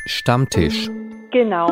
Stammtisch. Genau.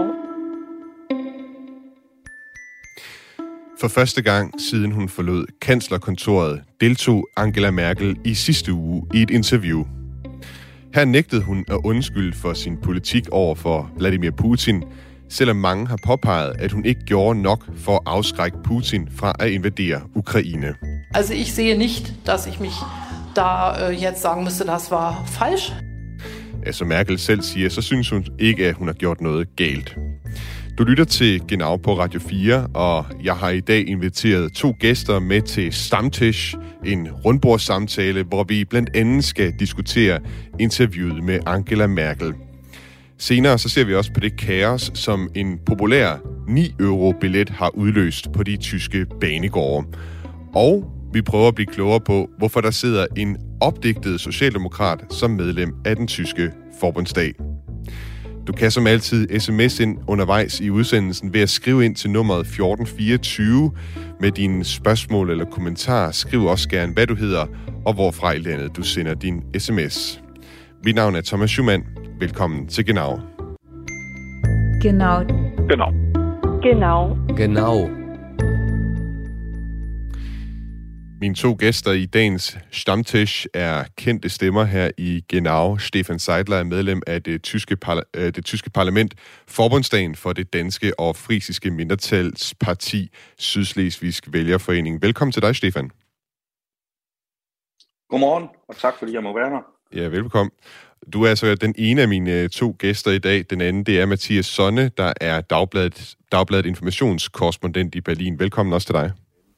For første gang siden hun forlod kanslerkontoret, deltog Angela Merkel i sidste uge i et interview. Her nægtede hun at undskylde for sin politik over for Vladimir Putin, selvom mange har påpeget, at hun ikke gjorde nok for at afskrække Putin fra at invadere Ukraine. Also ich sehe nicht, dass ich mich da jetzt sagen müsste, das war falsch. Som Merkel selv siger, så synes hun ikke, at hun har gjort noget galt. Du lytter til Genau på Radio 4, og jeg har i dag inviteret 2 gæster med til Stammtisch, en rundbordssamtale, hvor vi blandt andet skal diskutere interviewet med Angela Merkel. Senere så ser vi også på det kaos, som en populær 9-euro-billet har udløst på de tyske banegårde. Og vi prøver at blive klogere på, hvorfor der sidder en opdigtet socialdemokrat som medlem af den tyske forbundsdag. Du kan som altid sms ind undervejs i udsendelsen ved at skrive ind til nummeret 1424 med dine spørgsmål eller kommentarer. Skriv også gerne, hvad du hedder og hvorfra i landet du sender din sms. Mit navn er Thomas Schumann. Velkommen til Genau. Genau. Genau. Genau. Genau. Mine 2 gæster i dagens Stammtisch er kendte stemmer her i Genau. Stefan Seidler er medlem af det tyske parlament, Forbundsdagen for det danske og frisiske mindretalsparti, Sydslesvigsk Vælgerforening. Velkommen til dig, Stefan. Godmorgen, og tak fordi jeg må være her. Ja, velkommen. Du er altså den ene af mine 2 gæster i dag. Den anden, det er Mathias Sonne, der er Dagbladet Informationskorrespondent i Berlin. Velkommen også til dig.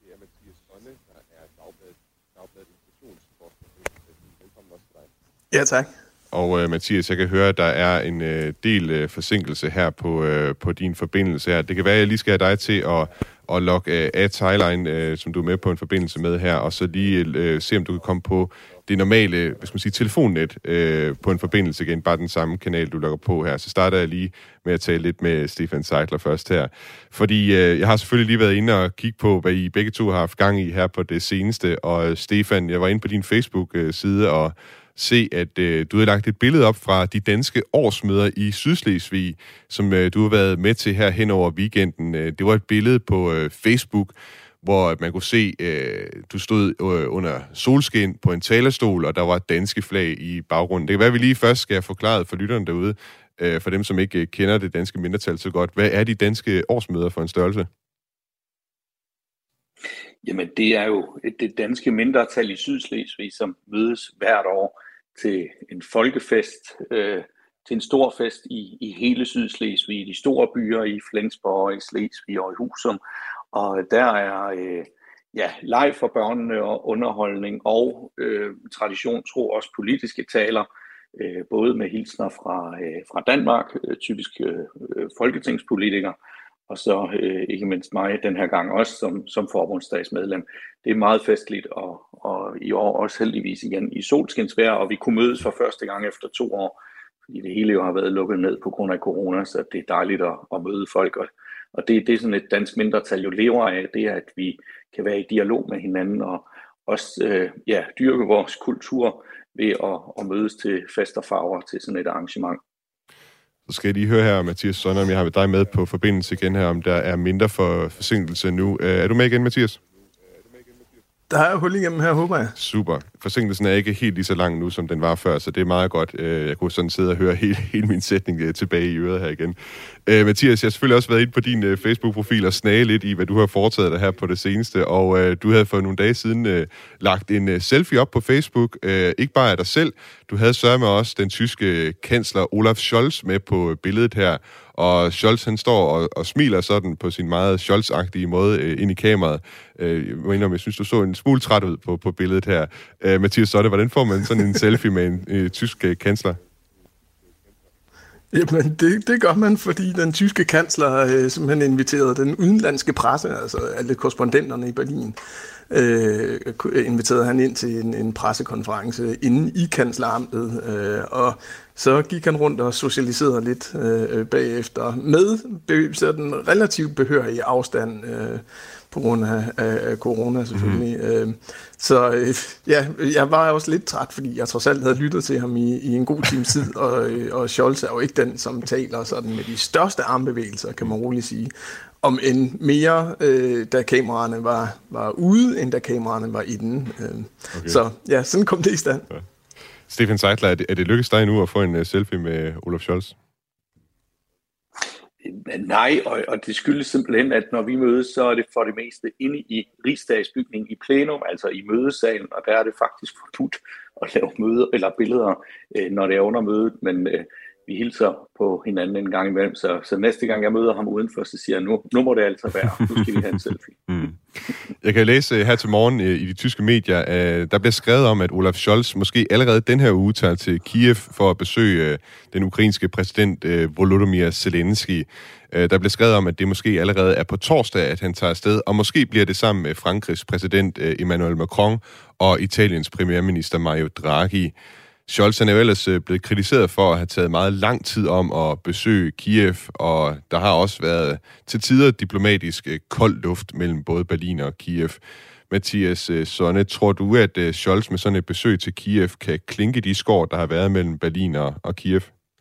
Ja, tak. Og Mathias, jeg kan høre, at der er en del forsinkelse her på din forbindelse her. Det kan være, at jeg lige skal have dig til at logge af Thailine, som du er med på en forbindelse med her, og så lige se, om du kan komme på det normale, telefonnet på en forbindelse igen, bare den samme kanal, du logger på her. Så starter jeg lige med at tale lidt med Stefan Seidler først her. Fordi jeg har selvfølgelig lige været inde og kigge på, hvad I begge to har haft gang i her på det seneste. Og Stefan, jeg var inde på din Facebook-side og se, at du har lagt et billede op fra de danske årsmøder i Sydslesvig, som du har været med til her hen over weekenden. Det var et billede på Facebook, hvor man kunne se, du stod under solskin på en talerstol, og der var danske flag i baggrunden. Det kan være, at vi lige først skal have forklaret for lytterne derude, for dem, som ikke kender det danske mindretal så godt. Hvad er de danske årsmøder for en størrelse? Jamen, det er jo det danske mindretal i Sydslesvig, som mødes hvert år til en folkefest, til en stor fest i hele Sydslesvig, i de store byer, i Flensborg, i Slesvig og i Husum. Og der er leg for børnene og underholdning og tradition, tro også politiske taler, både med hilsner fra Danmark, typisk folketingspolitikere, og så ikke mindst mig den her gang også som forbundsdagsmedlem. Det er meget festligt, og i år også heldigvis igen i solskinsvejr, og vi kunne mødes for første gang efter 2 år, fordi det hele jo har været lukket ned på grund af corona, så det er dejligt at møde folk. Og det er sådan et dansk mindretal jo lever af, det er, at vi kan være i dialog med hinanden, og også dyrke vores kultur ved at mødes til fest og farver til sådan et arrangement. Så skal jeg lige høre her, Mathias Sonne, om jeg har dig med på forbindelse igen her, om der er mindre forsinkelse nu. Er du med igen, Mathias? Der er hul igennem her, håber jeg. Super. Forsinkelsen er ikke helt lige så lang nu, som den var før, så det er meget godt. Jeg kunne sådan sidde og høre hele min sætning tilbage i øret her igen. Mathias, jeg har selvfølgelig også været inde på din Facebook-profil og snage lidt i, hvad du har foretaget dig her på det seneste, og du havde for nogle dage siden lagt en selfie op på Facebook, ikke bare af dig selv, du havde sørget også den tyske kansler Olaf Scholz med på billedet her, og Scholz, han står og smiler sådan på sin meget Scholz-agtige måde ind i kameraet. Jeg synes, du så en smule træt ud på billedet her. Mathias Sonne, hvordan får man sådan en selfie med en tysk kansler? Jamen, det gør man, fordi den tyske kansler simpelthen inviterede den udenlandske presse, altså alle korrespondenterne i Berlin, inviterede han ind til en pressekonference inde i kansleramtet, og så gik han rundt og socialiserede lidt bagefter med sådan relativt behørig afstand på grund af corona selvfølgelig. Så jeg var også lidt træt, fordi jeg trods alt havde lyttet til ham i en god times tid, og Scholz er jo ikke den, som taler sådan med de største armbevægelser, kan man roligt sige. Om end mere, da kameraerne var ude, end da kameraerne var inde. Okay. Så ja, sådan kom det i stand. Ja. Stefan Seidler, er det lykkedes dig nu at få en selfie med Olaf Scholz? Nej, og det skyldes simpelthen, at når vi mødes, så er det for det meste inde i Rigsdagsbygningen i plenum, altså i mødesalen, og der er det faktisk forbudt at lave møder eller billeder, når det er under mødet, men vi hilser på hinanden en gang imellem, så næste gang jeg møder ham udenfor, så siger jeg, nu må det altså være, nu skal vi have en selfie. Jeg kan læse her til morgen i de tyske medier, der bliver skrevet om, at Olaf Scholz måske allerede den her uge tager til Kiev for at besøge den ukrainske præsident Volodymyr Zelensky. Der bliver skrevet om, at det måske allerede er på torsdag, at han tager afsted, og måske bliver det sammen med Frankrigs præsident Emmanuel Macron og Italiens premierminister Mario Draghi. Scholz er jo ellers blevet kritiseret for at have taget meget lang tid om at besøge Kiev, og der har også været til tider diplomatisk kold luft mellem både Berlin og Kiev. Mathias Sonne, tror du, at Scholz med sådan et besøg til Kiev kan klinke de skår, der har været mellem Berlin og Kiev?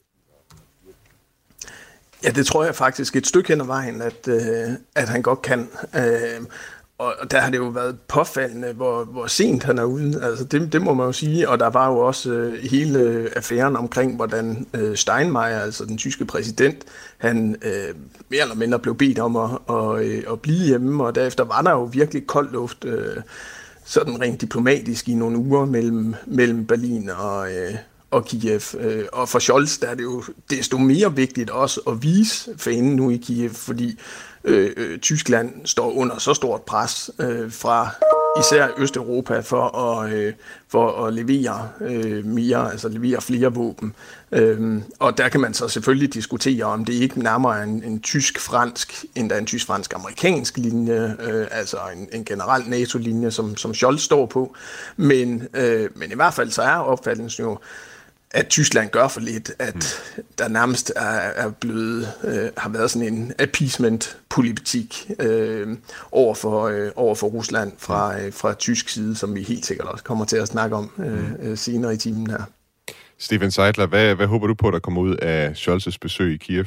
Ja, det tror jeg faktisk et stykke hen ad vejen, at han godt kan. Og der har det jo været påfaldende, hvor sent han er ude. Altså det må man jo sige. Og der var jo også hele affæren omkring, hvordan Steinmeier, altså den tyske præsident, han mere eller mindre blev bedt om at blive hjemme. Og derefter var der jo virkelig kold luft, sådan rent diplomatisk i nogle uger mellem Berlin og Kiev. Og for Scholz der er det jo desto mere vigtigt også at vise fanen nu i Kiev, fordi Tyskland står under så stort pres fra især Østeuropa for at levere mere, altså levere flere våben. Og der kan man så selvfølgelig diskutere, om det ikke nærmere er en tysk-fransk, endda en tysk-fransk-amerikansk linje, altså en generel NATO-linje, som Scholz står på. Men i hvert fald så er opfattelsen jo, at Tyskland gør for lidt, at der nærmest er blevet, har været sådan en appeasement-politik over for Rusland fra tysk side, som vi helt sikkert også kommer til at snakke om senere i timen her. Stefan Seidler, hvad håber du på, der kommer ud af Scholz's besøg i Kiev?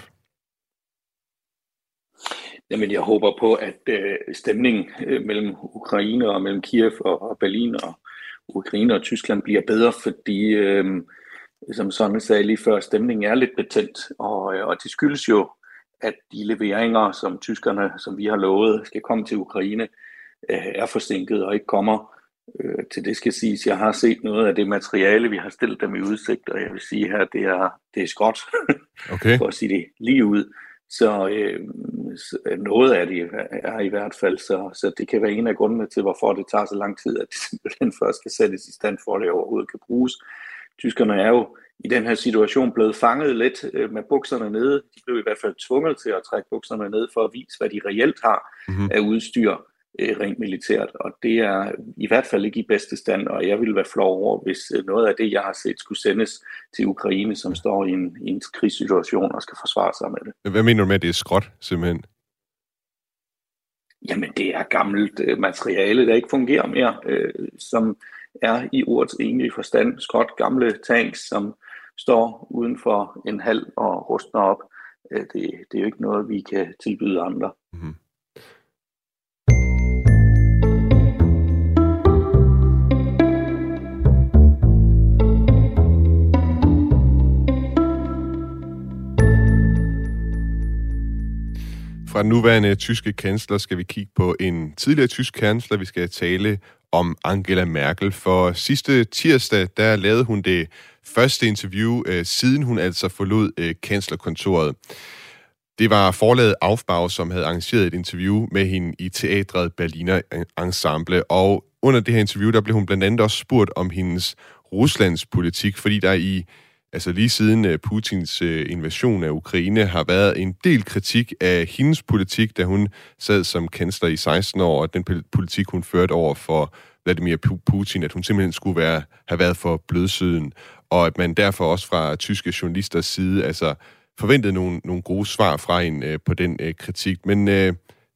Jamen, jeg håber på, at stemningen mellem Ukraine og mellem Kiev og Berlin og Ukraine og Tyskland bliver bedre, fordi som Sonne sagde lige før, stemningen er lidt betændt, og det skyldes jo, at de leveringer, som tyskerne, som vi har lovet, skal komme til Ukraine, er forsinket og ikke kommer. Til det skal siges, jeg har set noget af det materiale, vi har stillet dem i udsigt, og jeg vil sige her, det er skråt, okay. For at sige det lige ud. Så noget af det er i hvert fald, så det kan være en af grundene til, hvorfor det tager så lang tid, at det simpelthen først skal sættes i stand for, at det overhovedet kan bruges. Tyskerne er jo i den her situation blevet fanget lidt med bukserne nede. De blev i hvert fald tvunget til at trække bukserne ned for at vise, hvad de reelt har af udstyr rent militært. Og det er i hvert fald ikke i bedste stand, og jeg ville være flov over, hvis noget af det, jeg har set, skulle sendes til Ukraine, som står i en krigssituation og skal forsvare sig med det. Hvad mener du med, at det er skråt, simpelthen? Jamen, det er gammelt materiale, der ikke fungerer mere, som er i ordets egentlige forstand skråt gamle tanks, som står uden for en hal og rustner op. Det er jo ikke noget, vi kan tilbyde andre. Mm-hmm. Fra den nuværende tyske kansler skal vi kigge på en tidligere tysk kansler. Vi skal tale om Angela Merkel. For sidste tirsdag, der lavede hun det første interview, siden hun altså forlod kanslerkontoret. Det var forlaget Aufbau, som havde arrangeret et interview med hende i teatret Berliner Ensemble. Og under det her interview, der blev hun blandt andet også spurgt om hendes Ruslands politik, fordi der lige siden Putins invasion af Ukraine har været en del kritik af hendes politik, da hun sad som kansler i 16 år, og den politik, hun førte over for Vladimir Putin, at hun simpelthen skulle have været for blødsøden, og at man derfor også fra tyske journalisters side forventede nogle gode svar fra hende på den kritik. Men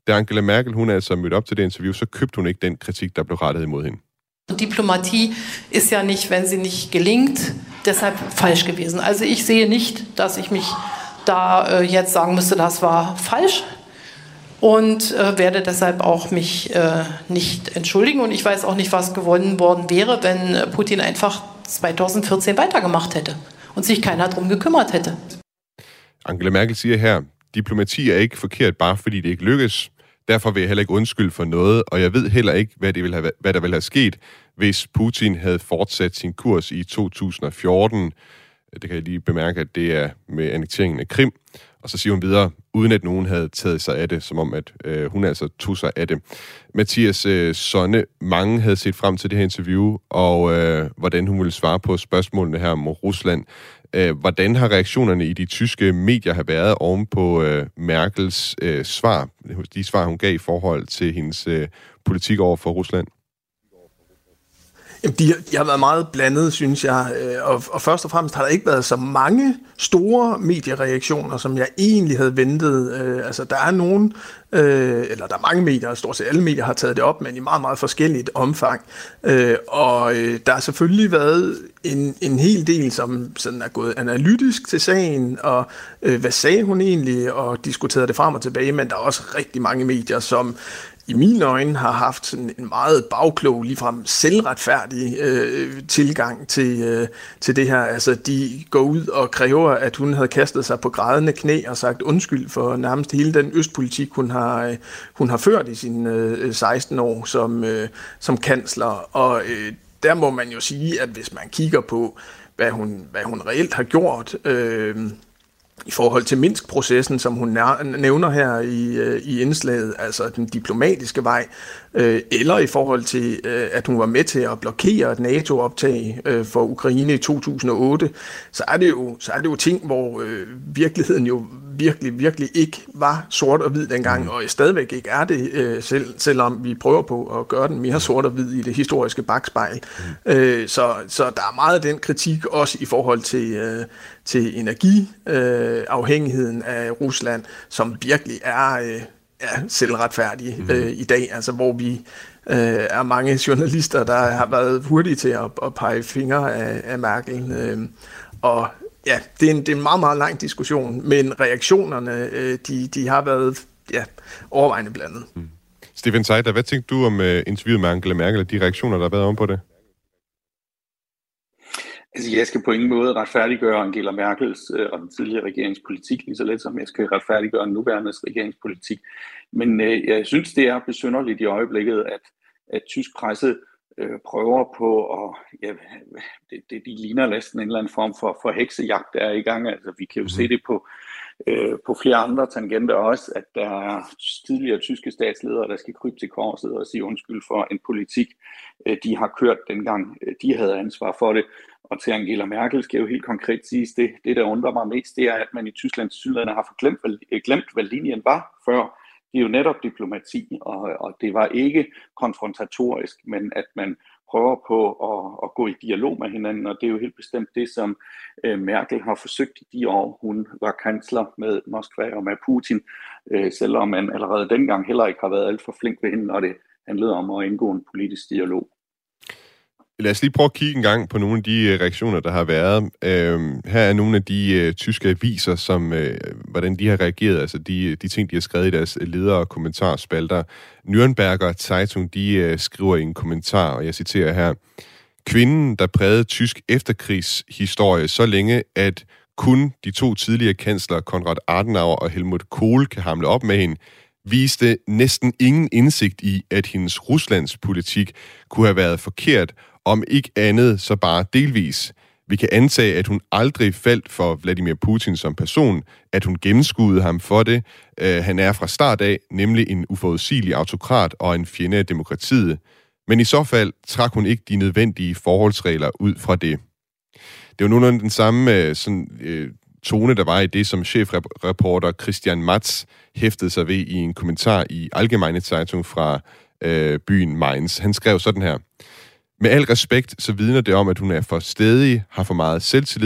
Da Angela Merkel, hun altså mødte op til det interview, så købte hun ikke den kritik, der blev rettet imod hende. Diplomatie ist ja nicht, wenn sie nicht gelingt, deshalb falsch gewesen. Also ich sehe nicht, dass ich mich da jetzt sagen müsste, das war falsch und werde deshalb auch mich nicht entschuldigen. Und ich weiß auch nicht, was gewonnen worden wäre, wenn Putin einfach 2014 weitergemacht hätte und sich keiner drum gekümmert hätte. Angela Merkel siger her, diplomati er ikke forkert, bare fordi det ikke lykkes. Derfor vil jeg heller ikke undskylde for noget, og jeg ved heller ikke, hvad der ville have sket, hvis Putin havde fortsat sin kurs i 2014. Det kan jeg lige bemærke, at det er med annekteringen af Krim. Og så siger hun videre, uden at nogen havde taget sig af det, som om at hun altså tog sig af det. Mathias Sonne, mange havde set frem til det her interview, og hvordan hun ville svare på spørgsmålene her om Rusland. Hvordan har reaktionerne i de tyske medier har været oven på Merkels svar, de svar, hun gav i forhold til hendes politik over for Rusland? Jamen, de har været meget blandet, synes jeg, og først og fremmest har der ikke været så mange store mediereaktioner, som jeg egentlig havde ventet. Altså, der er nogen, eller der er mange medier, stort set alle medier har taget det op, men i meget, meget forskelligt omfang. Og der har selvfølgelig været en hel del, som sådan er gået analytisk til sagen, og hvad sagde hun egentlig, og diskuterede det frem og tilbage, men der er også rigtig mange medier, som i mine øjne har haft sådan en meget bagklog, ligefrem selvretfærdig tilgang til det her. Altså, de går ud og kræver, at hun havde kastet sig på grædende knæ og sagt undskyld for nærmest hele den østpolitik, hun har ført i sine 16 år som kansler. Og der må man jo sige, at hvis man kigger på, hvad hun reelt har gjort, i forhold til Minsk-processen, som hun nævner her i indslaget, altså den diplomatiske vej, eller i forhold til, at hun var med til at blokere et NATO-optag for Ukraine i 2008, så er det jo ting, hvor virkeligheden jo virkelig ikke var sort og hvid dengang, og stadigvæk ikke er det, selvom vi prøver på at gøre den mere sort og hvid i det historiske bakspejl. Så der er meget af den kritik, også i forhold til energiafhængigheden af Rusland, som virkelig er selvretfærdig i dag, altså hvor vi er mange journalister, der har været hurtige til at pege fingre af Merkel. Og ja, det er en meget, meget lang diskussion, men reaktionerne, de har været overvejende blandet. Stefan Seider, hvad tænkte du om interviewet med Angela Merkel og de reaktioner, der har været om på det? Altså, jeg skal på ingen måde retfærdiggøre Angela Merkels og den tidligere regeringspolitik, lige så let som jeg skal retfærdiggøre den nuværende regeringspolitik. Men jeg synes, det er besynderligt i øjeblikket, at tysk presse prøver på at, de ligner næsten en eller anden form for heksejagt, der er i gang. Altså, vi kan jo se det på flere andre tangenter også, at der er tidligere tyske statsledere, der skal krybe til korset og sige undskyld for en politik, de har kørt dengang, de havde ansvar for det. Og til Angela Merkel skal jo helt konkret siges, det der undrer mig mest, det er, at man i Tyskland har glemt, hvad linjen var før. Det er jo netop diplomati, og det var ikke konfrontatorisk, men at man prøver på at gå i dialog med hinanden, og det er jo helt bestemt det, som Merkel har forsøgt i de år, hun var kansler med Moskva og med Putin, selvom man allerede dengang heller ikke har været alt for flink ved hende, når det handlede om at indgå en politisk dialog. Lad os lige prøve at kigge en gang på nogle af de reaktioner, der har været. Her er nogle af de tyske aviser, som hvordan de har reageret, altså de ting, de har skrevet i deres ledere- og kommentarspalter. Nürnberger Zeitung, de skriver i en kommentar, og jeg citerer her: "Kvinden, der prægede tysk efterkrigshistorie så længe, at kun de to tidligere kansler, Konrad Adenauer og Helmut Kohl, kan hamle op med hende, viste næsten ingen indsigt i, at hendes Ruslandspolitik kunne have været forkert, om ikke andet så bare delvis. Vi kan antage, at hun aldrig faldt for Vladimir Putin som person, at hun gennemskuede ham for det. Han er fra start af nemlig en uforudsigelig autokrat og en fjende af demokratiet. Men i så fald trak hun ikke de nødvendige forholdsregler ud fra det." Det var nogenlunde den samme tone, der var i det, som chefreporter Christian Matz hæftede sig ved i en kommentar i Allgemeine Zeitung fra byen Mainz. Han skrev sådan her: "Med al respekt, så vidner det om, at hun er for stædig, har for meget selvtillid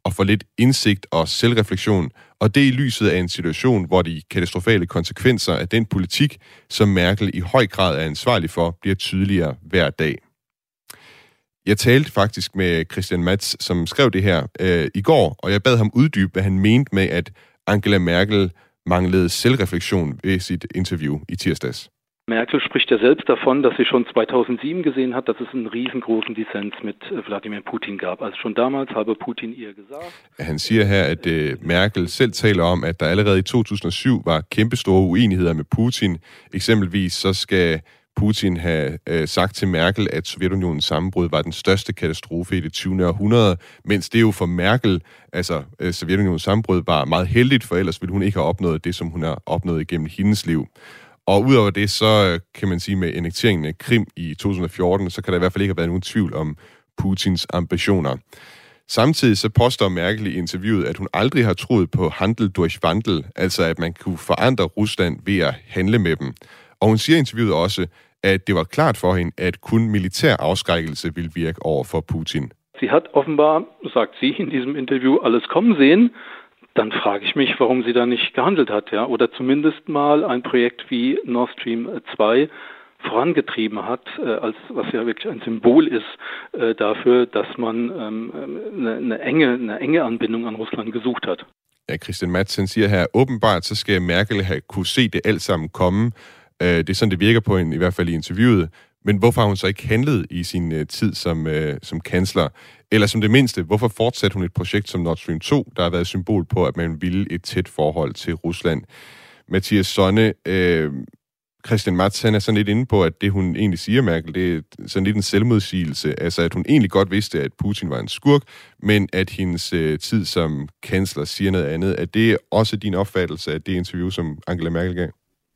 og for lidt indsigt og selvreflektion, og det i lyset af en situation, hvor de katastrofale konsekvenser af den politik, som Merkel i høj grad er ansvarlig for, bliver tydeligere hver dag. Jeg talte faktisk med Christian Matz, som skrev det her i går, og jeg bad ham uddybe, hvad han mente med, at Angela Merkel manglede selvreflektion ved sit interview i tirsdags. Merkel spricht ja selbst davon, dass sie schon 2007 gesehen hat, dass es einen riesengroßen Dissens mit Wladimir Putin gab. Also schon damals habe Putin ihr gesagt. Han siger her, at Merkel selv taler om, at der allerede i 2007 var kæmpestore uenigheder med Putin. Eksempelvis så skal Putin have sagt til Merkel, at Sovjetunionens sammenbrud var den største katastrofe i det 20. århundrede, mens det jo for Merkel, altså Sovjetunionens sammenbrud, var meget heldigt, for ellers ville hun ikke have opnået det, som hun har opnået igennem hendes liv. Og udover det, så kan man sige med annekteringen af Krim i 2014, så kan der i hvert fald ikke have været nogen tvivl om Putins ambitioner. Samtidig så påstår Merkel i interviewet, at hun aldrig har troet på Handel durch Wandel, altså at man kunne forandre Rusland ved at handle med dem. Og hun siger i interviewet også, at det var klart for hende, at kun militær afskrækkelse ville virke over for Putin. Sie hat offenbar, sagt sie in diesem Interview, alles kommen sehen. Dann frage ich mich, warum sie da nicht gehandelt hat, ja, oder zumindest mal ein Projekt wie Nord Stream 2 vorangetrieben hat, als was ja wirklich ein Symbol ist dafür, dass man eine enge Anbindung an Russland gesucht hat. Ja, Christian Matz siger her, åbenbart så skal Merkel have kunne se det alt sammen komme. Det er sådan, det virker på hende, i hvert fald i interviewet. Men hvorfor har hun så ikke handlet i sin tid som kansler? Eller som det mindste, hvorfor fortsatte hun et projekt som Nord Stream 2, der har været symbol på, at man ville et tæt forhold til Rusland? Mathias Sonne, Christian Matz, han er sådan lidt inde på, at det hun egentlig siger, Merkel, det er sådan lidt en selvmodsigelse. Altså, at hun egentlig godt vidste, at Putin var en skurk, men at hendes tid som kansler siger noget andet. Er det også din opfattelse af det interview, som Angela Merkel gav?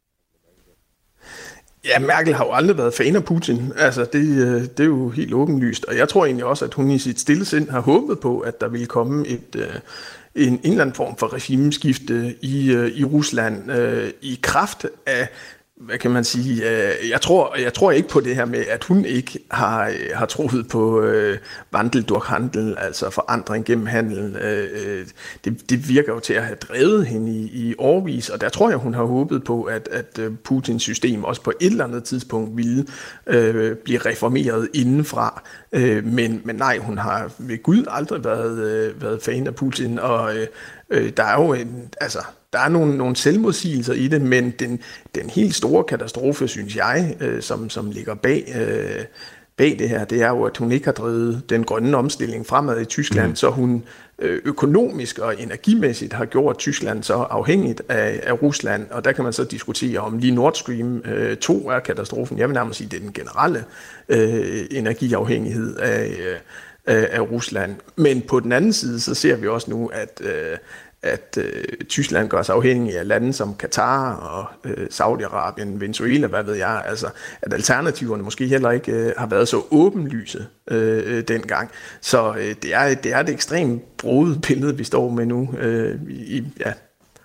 Ja, Merkel har jo aldrig været fan af Putin. Altså, det er jo helt åbenlyst. Og jeg tror egentlig også, at hun i sit stille sind har håbet på, at der ville komme en eller anden form for regimeskifte i Rusland i kraft af, hvad kan man sige, jeg tror ikke på det her med, at hun ikke har troet på Wandel durch Handel, altså forandring gennem handel. Det virker jo til at have drevet hende i årevis, og der tror jeg, hun har håbet på, at Putins system også på et eller andet tidspunkt ville blive reformeret indenfra. Men nej, hun har ved Gud aldrig været fan af Putin, og der er jo der er nogle selvmodsigelser i det, men den helt store katastrofe, synes jeg, som ligger bag det her, det er jo, at hun ikke har drevet den grønne omstilling fremad i Tyskland, så hun økonomisk og energimæssigt har gjort Tyskland så afhængigt af Rusland, og der kan man så diskutere, om lige Nord Stream 2 er katastrofen. Jeg vil nærmest sige, det er den generelle energiafhængighed af Rusland. Men på den anden side, så ser vi også nu, at Tyskland gør sig afhængig af lande som Katar og Saudi-Arabien, Venezuela, hvad ved jeg, altså at alternativerne måske heller ikke har været så åbenlyse dengang. Så det er et ekstremt broget billede, vi står med nu. Ja.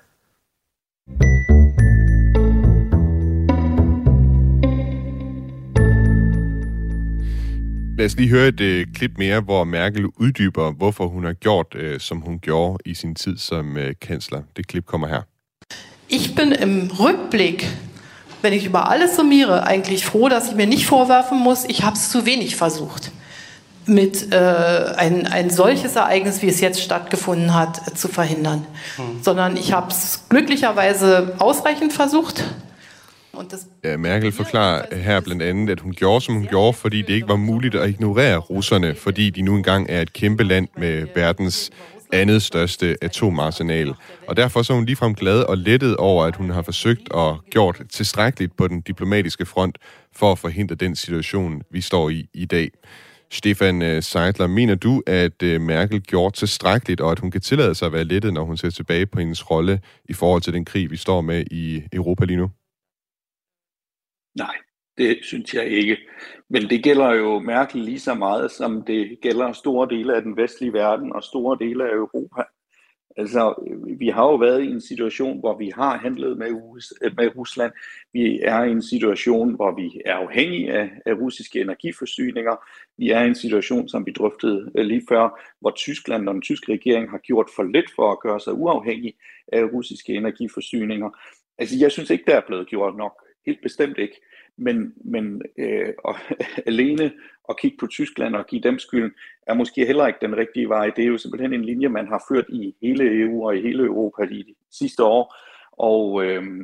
Lad os lige høre et klip mere, hvor Merkel uddyber, hvorfor hun har gjort, som hun gjorde i sin tid som kansler. Det klip kommer her. Ich bin im Rückblick, wenn ich über alles summiere, eigentlich froh, dass ich mir nicht vorwerfen muss, ich habe es zu wenig versucht, mit ein solches Ereignis, wie es jetzt stattgefunden hat, zu verhindern. Sondern ich habe es glücklicherweise ausreichend versucht. Ja, Merkel forklarer her blandt andet, at hun gjorde, som hun gjorde, fordi det ikke var muligt at ignorere russerne, fordi de nu engang er et kæmpe land med verdens andet største atomarsenal. Og derfor så er hun ligefrem glad og lettet over, at hun har forsøgt og gjort tilstrækkeligt på den diplomatiske front for at forhindre den situation, vi står i dag. Stefan Seidler, mener du, at Merkel gjorde tilstrækkeligt, og at hun kan tillade sig at være lettet, når hun ser tilbage på hendes rolle i forhold til den krig, vi står med i Europa lige nu? Nej, det synes jeg ikke. Men det gælder jo Merkel lige så meget, som det gælder store dele af den vestlige verden og store dele af Europa. Altså, vi har jo været i en situation, hvor vi har handlet med Rusland. Vi er i en situation, hvor vi er afhængige af russiske energiforsyninger. Vi er i en situation, som vi drøftede lige før, hvor Tyskland og den tyske regering har gjort for lidt for at gøre sig uafhængig af russiske energiforsyninger. Altså, jeg synes ikke, der er blevet gjort nok. Helt bestemt ikke. Men alene at kigge på Tyskland og give dem skylden, er måske heller ikke den rigtige vej. Det er jo simpelthen en linje, man har ført i hele EU og i hele Europa i de sidste år. Og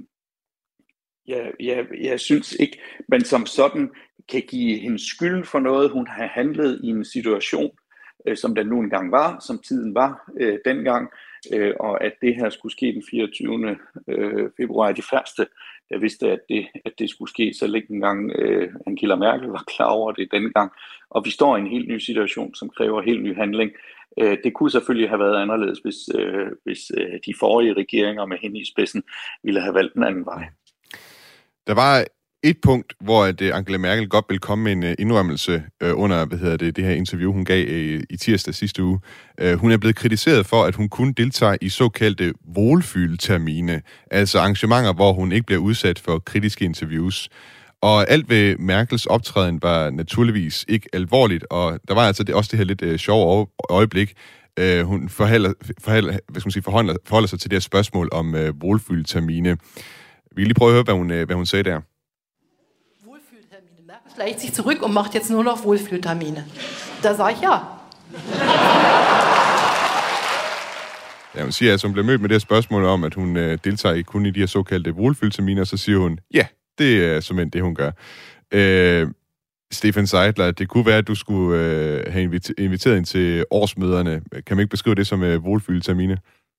jeg synes ikke, man som sådan kan give hende skylden for noget. Hun har handlet i en situation, som den nu engang var, som tiden var dengang, og at det her skulle ske den 24. februar, de første, der vidste, at det skulle ske, så længe engang Angela Merkel var klar over det dengang. Og vi står i en helt ny situation, som kræver helt ny handling. Det kunne selvfølgelig have været anderledes, hvis de forrige regeringer med hende i spidsen ville have valgt en anden vej. Der var et punkt, hvor Angela Merkel godt ville komme med en indrømmelse under det her interview, hun gav i tirsdag sidste uge. Hun er blevet kritiseret for, at hun kun deltager i såkaldte wohlfühltermine, altså arrangementer, hvor hun ikke bliver udsat for kritiske interviews. Og alt ved Merkels optræden var naturligvis ikke alvorligt, og der var altså også det her lidt sjove øjeblik. Hun forholder sig til det her spørgsmål om wohlfühltermine. Vi kan lige prøve at høre, hvad hun sagde der. Wohlfühltermine. Merkel schleicht sich zurück und macht jetzt nur noch Wohlfühltermine. Da sage ich ja. Ja, hun siger, at hun bliver mødt med det her spørgsmål om, at hun deltager kun i de her såkaldte wohlfühlterminer, og så siger hun, ja, det er simpelthen det, hun gør. Stefan Seidler, det kunne være, at du skulle have inviteret ind til årsmøderne. Kan man ikke beskrive det som wohlfühltermine?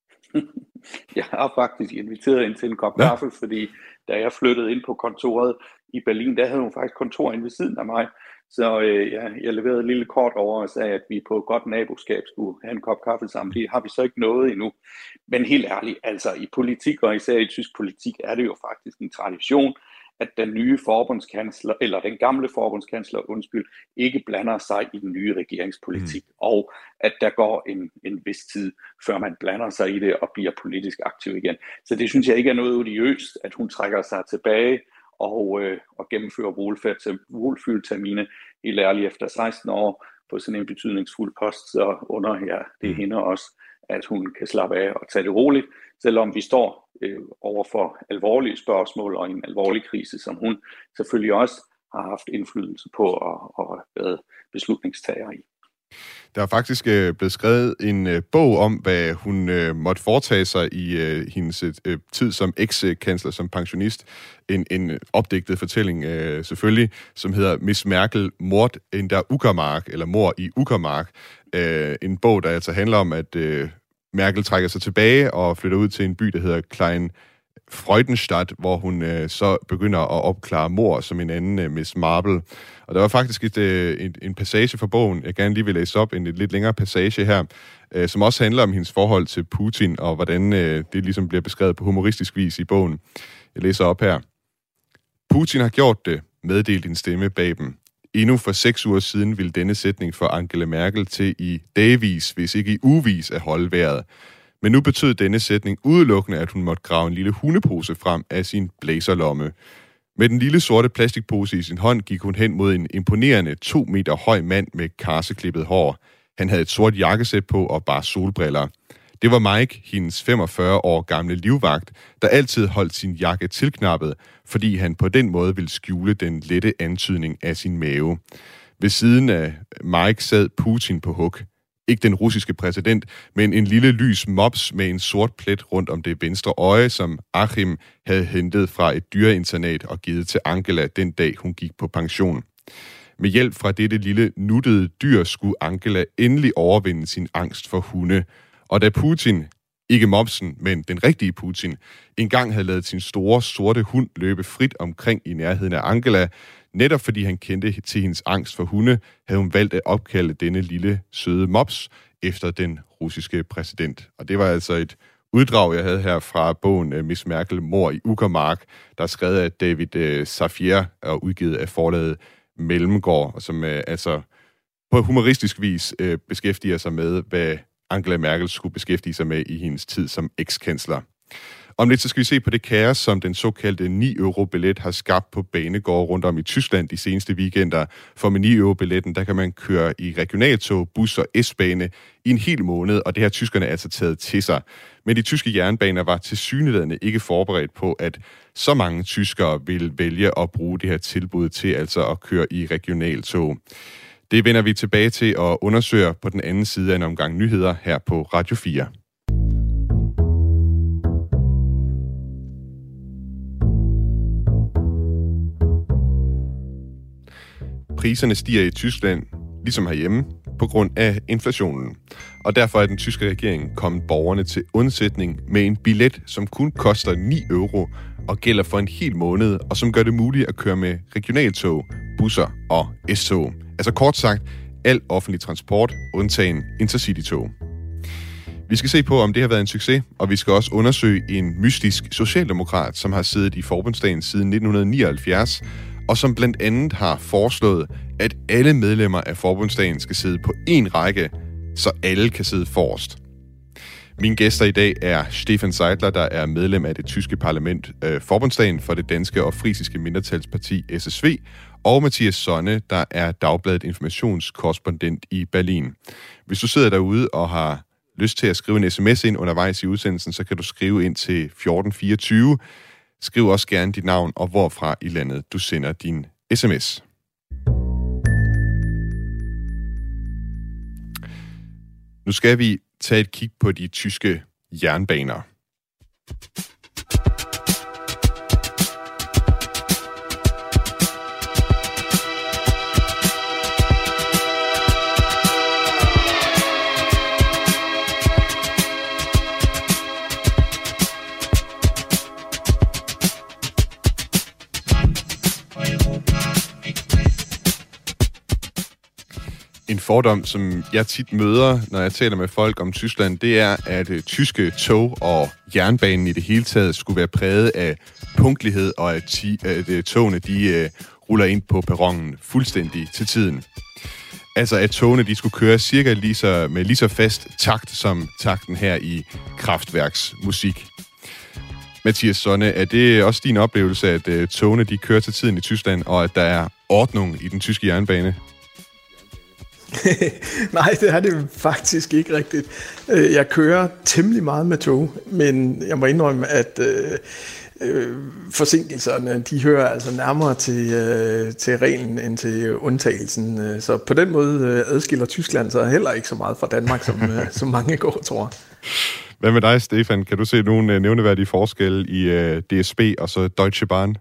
Jeg har faktisk inviteret ind til en kop kaffe, fordi da jeg flyttede ind på kontoret i Berlin, der havde hun faktisk kontor inde ved siden af mig. Så jeg leverede et lille kort over og sagde, at vi på godt naboskab skulle have en kop kaffe sammen. Det har vi så ikke nået endnu. Men helt ærligt, altså i politik, og især i tysk politik, er det jo faktisk en tradition, at den nye forbundskansler, eller den gamle forbundskansler, ikke blander sig i den nye regeringspolitik, og at der går en vis tid, før man blander sig i det og bliver politisk aktiv igen. Så det synes jeg ikke er noget odiøst, at hun trækker sig tilbage og gennemfører wohlfühltermine helt ærligt efter 16 år på sådan en betydningsfuld post, så under det hende også, at hun kan slappe af og tage det roligt, selvom vi står over for alvorlige spørgsmål og en alvorlig krise, som hun selvfølgelig også har haft indflydelse på og været beslutningstager i. Der er faktisk blevet skrevet en bog om, hvad hun måtte foretage sig i hendes tid som eks-kansler, som pensionist. En opdigtet fortælling selvfølgelig, som hedder Miss Merkel, Mord in der Uckermark, eller Mord i Uckermark. En bog, der altså handler om, at Merkel trækker sig tilbage og flytter ud til en by, der hedder Klein Freudenstadt, hvor hun så begynder at opklare mord som en anden Miss Marple. Og der var faktisk en passage fra bogen, jeg gerne lige vil læse op, en lidt længere passage her, som også handler om hendes forhold til Putin, og hvordan det ligesom bliver beskrevet på humoristisk vis i bogen. Jeg læser op her. Putin har gjort det, meddelte en stemme bag dem. Endnu for 6 uger siden ville denne sætning for Angela Merkel til i dagvis, hvis ikke i ugevis, at holde vejret. Men nu betød denne sætning udelukkende, at hun måtte grave en lille hundepose frem af sin blazerlomme. Med den lille sorte plastikpose i sin hånd gik hun hen mod en imponerende 2 meter høj mand med karseklippet hår. Han havde et sort jakkesæt på og bar solbriller. Det var Mike, hendes 45 år gamle livvagt, der altid holdt sin jakke tilknappet, fordi han på den måde ville skjule den lette antydning af sin mave. Ved siden af Mike sad Putin på hug. Ikke den russiske præsident, men en lille lys mops med en sort plet rundt om det venstre øje, som Achim havde hentet fra et dyreinternat og givet til Angela den dag, hun gik på pension. Med hjælp fra dette lille nuttede dyr skulle Angela endelig overvinde sin angst for hunde. Og da Putin, ikke mopsen, men den rigtige Putin, engang havde ladet sin store sorte hund løbe frit omkring i nærheden af Angela, netop fordi han kendte til hendes angst for hunde, havde hun valgt at opkalde denne lille søde mops efter den russiske præsident. Og det var altså et uddrag, jeg havde her fra bogen Miss Merkel, Mord i Uckermark, der er skrevet af David Safier og udgivet af forlaget Mellemgård, og som altså på humoristisk vis beskæftiger sig med, hvad Angela Merkel skulle beskæftige sig med i hendes tid som ekskansler. Om lidt så skal vi se på det kaos, som den såkaldte 9-euro-billet har skabt på banegårde rundt om i Tyskland de seneste weekender. For med 9-euro-billetten, der kan man køre i regionaltog, bus og S-bane i en hel måned, og det har tyskerne altså taget til sig. Men de tyske jernbaner var tilsyneladende ikke forberedt på, at så mange tyskere vil vælge at bruge det her tilbud til altså at køre i regionaltog. Det vender vi tilbage til og undersøger på den anden side af en omgang nyheder her på Radio 4. Priserne stiger i Tyskland, ligesom herhjemme, på grund af inflationen. Og derfor er den tyske regering kommet borgerne til undsætning med en billet, som kun koster 9 euro og gælder for en hel måned, og som gør det muligt at køre med regionaltog, busser og S-tog. Altså kort sagt, al offentlig transport, undtagen intercity-tog. Vi skal se på, om det har været en succes, og vi skal også undersøge en mystisk socialdemokrat, som har siddet i forbundsdagen siden 1979, og som blandt andet har foreslået, at alle medlemmer af forbundsdagen skal sidde på én række, så alle kan sidde forrest. Mine gæster i dag er Stefan Seidler, der er medlem af det tyske parlament, forbundsdagen for det danske og frisiske mindretalsparti SSV, og Mathias Sonne, der er Dagbladet informationskorrespondent i Berlin. Hvis du sidder derude og har lyst til at skrive en sms ind undervejs i udsendelsen, så kan du skrive ind til 1424. Skriv også gerne dit navn og hvorfra i landet du sender din sms. Nu skal vi tage et kig på de tyske jernbaner. En fordom, som jeg tit møder, når jeg taler med folk om Tyskland, det er, at tyske tog og jernbanen i det hele taget skulle være præget af punktlighed, og at togene de ruller ind på perronen fuldstændig til tiden. Altså at togene de skulle køre cirka med lige så fast takt som takten her i kraftværksmusik. Mathias Sonne, er det også din oplevelse, at togene de kører til tiden i Tyskland, og at der er ordnung i den tyske jernbane? Nej, det er det faktisk ikke rigtigt. Jeg kører temmelig meget med tog, men jeg må indrømme, at forsinkelserne, de hører altså nærmere til reglen end til undtagelsen. Så på den måde adskiller Tyskland sig heller ikke så meget fra Danmark, som mange går, tror. Hvad med dig, Stefan? Kan du se nogle nævneværdige forskelle i DSB og så Deutsche Bahn?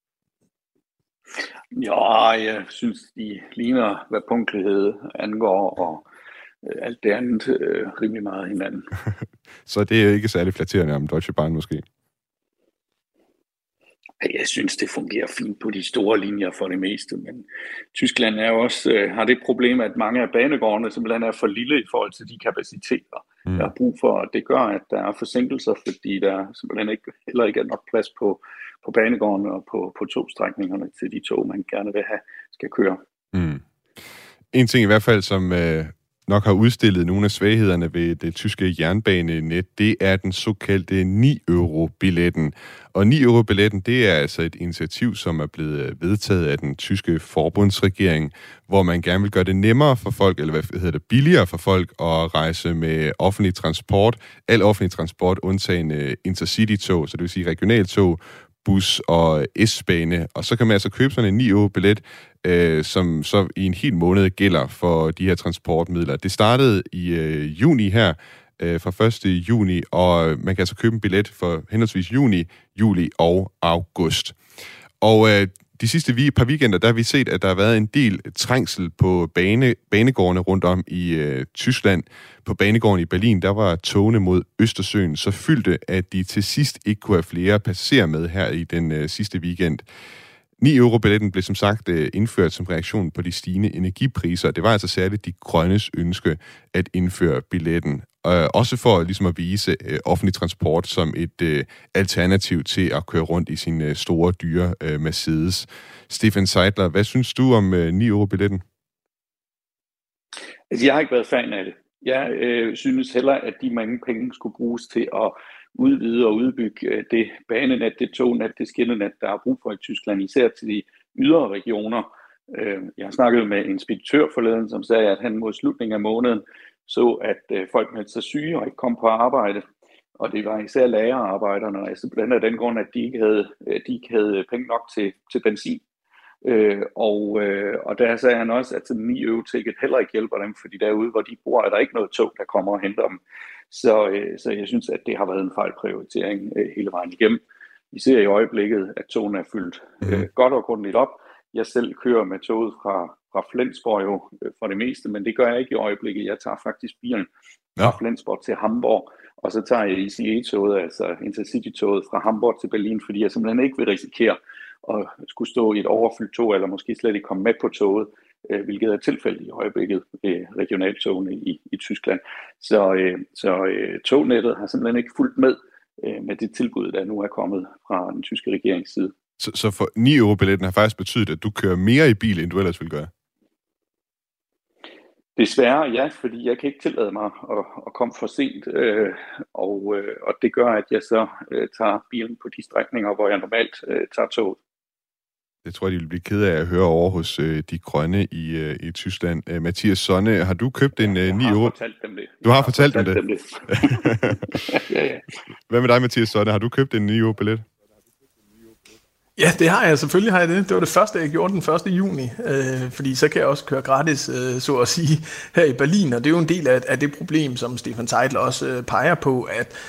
Ja, jeg synes, de ligner, hvad punktlighed angår, og alt det andet rimelig meget hinanden. Så det er ikke særlig flatterende om Deutsche Bahn måske? Jeg synes, det fungerer fint på de store linjer for det meste, men Tyskland er også, har det problem, at mange af banegårdene simpelthen er for lille i forhold til de kapaciteter, der er brug for. Det gør, at der er forsinkelser, fordi der simpelthen heller ikke er nok plads på banegårdene og på togstrækningerne til de tog, man gerne vil have, skal køre. En ting i hvert fald, som nok har udstillet nogle af svaghederne ved det tyske jernbanenet, det er den såkaldte 9-euro-billetten. Og 9-euro-billetten, det er altså et initiativ, som er blevet vedtaget af den tyske forbundsregering, hvor man gerne vil gøre det nemmere for folk, eller hvad hedder det, billigere for folk at rejse med offentlig transport. Al offentlig transport undtagen intercity-tog, så det vil sige regionaltog, bus og S-bane, og så kan man altså købe sådan en 9-euro-billet, som så i en hel måned gælder for de her transportmidler. Det startede i juni her, fra 1. juni, og man kan altså købe en billet for henholdsvis juni, juli og august. Og de sidste par weekender, der har vi set, at der har været en del trængsel på banegårdene rundt om i Tyskland. På banegården i Berlin, der var togene mod Østersøen så fyldte, at de til sidst ikke kunne have flere passagerer med her i den sidste weekend. 9-euro-billetten blev som sagt indført som reaktion på de stigende energipriser. Det var altså særligt de grønnes ønske at indføre billetten. Også for ligesom at vise offentlig transport som et alternativ til at køre rundt i sin store, dyre Mercedes. Stefan Seidler, hvad synes du om 9-euro-billetten? Altså, jeg har ikke været fan af det. Jeg synes heller, at de mange penge skulle bruges til at udvide og udbygge det banenet, det tognet, det skinnenet, der er brug for i Tyskland, især til de ydre regioner. Jeg har snakket med en speditør forleden, som sagde, at han mod slutningen af måneden så, at folk meldte sig syge og ikke kom på arbejde. Og det var især lagerarbejderne, altså blandt andet af den grund, at de ikke havde penge nok til benzin. Og der sagde han også, at sådan 9 euro-ticket heller ikke hjælper dem, fordi derude, hvor de bor, er der ikke noget tog, der kommer og henter dem. Så jeg synes, at det har været en fejlprioritering hele vejen igennem. Vi ser i øjeblikket, at togene er fyldt godt og grundigt op. Jeg selv kører med toget fra Flensborg jo for det meste, men det gør jeg ikke i øjeblikket. Jeg tager faktisk bilen fra Flensborg til Hamburg, og så tager jeg ICE-toget, altså Intercity-toget fra Hamburg til Berlin, fordi jeg simpelthen ikke vil risikere at skulle stå i et overfyldt tog, eller måske slet ikke komme med på toget, hvilket er tilfældet i øjeblikket regionaltogene i Tyskland. Så tognettet har simpelthen ikke fulgt med det tilbud, der nu er kommet fra den tyske regerings side. Så for 9 euro-billetten har faktisk betydet, at du kører mere i bil, end du ellers ville gøre? Desværre ja, fordi jeg kan ikke tillade mig at komme for sent, og det gør, at jeg så tager bilen på de strækninger, hvor jeg normalt tager toget. Det tror jeg, de vil blive ked af at høre over hos de grønne i Tyskland. Mathias Sonne, har du købt en 9 euro? Jeg har fortalt dem det. Du har fortalt dem det? Ja. Hvad med dig, Mathias Sonne? Har du købt en 9 euro-billet? Ja, det har jeg. Selvfølgelig har jeg det. Det var det første, jeg gjorde den 1. juni, fordi så kan jeg også køre gratis, så at sige, her i Berlin. Og det er jo en del af det problem, som Stefan Seidler også peger på,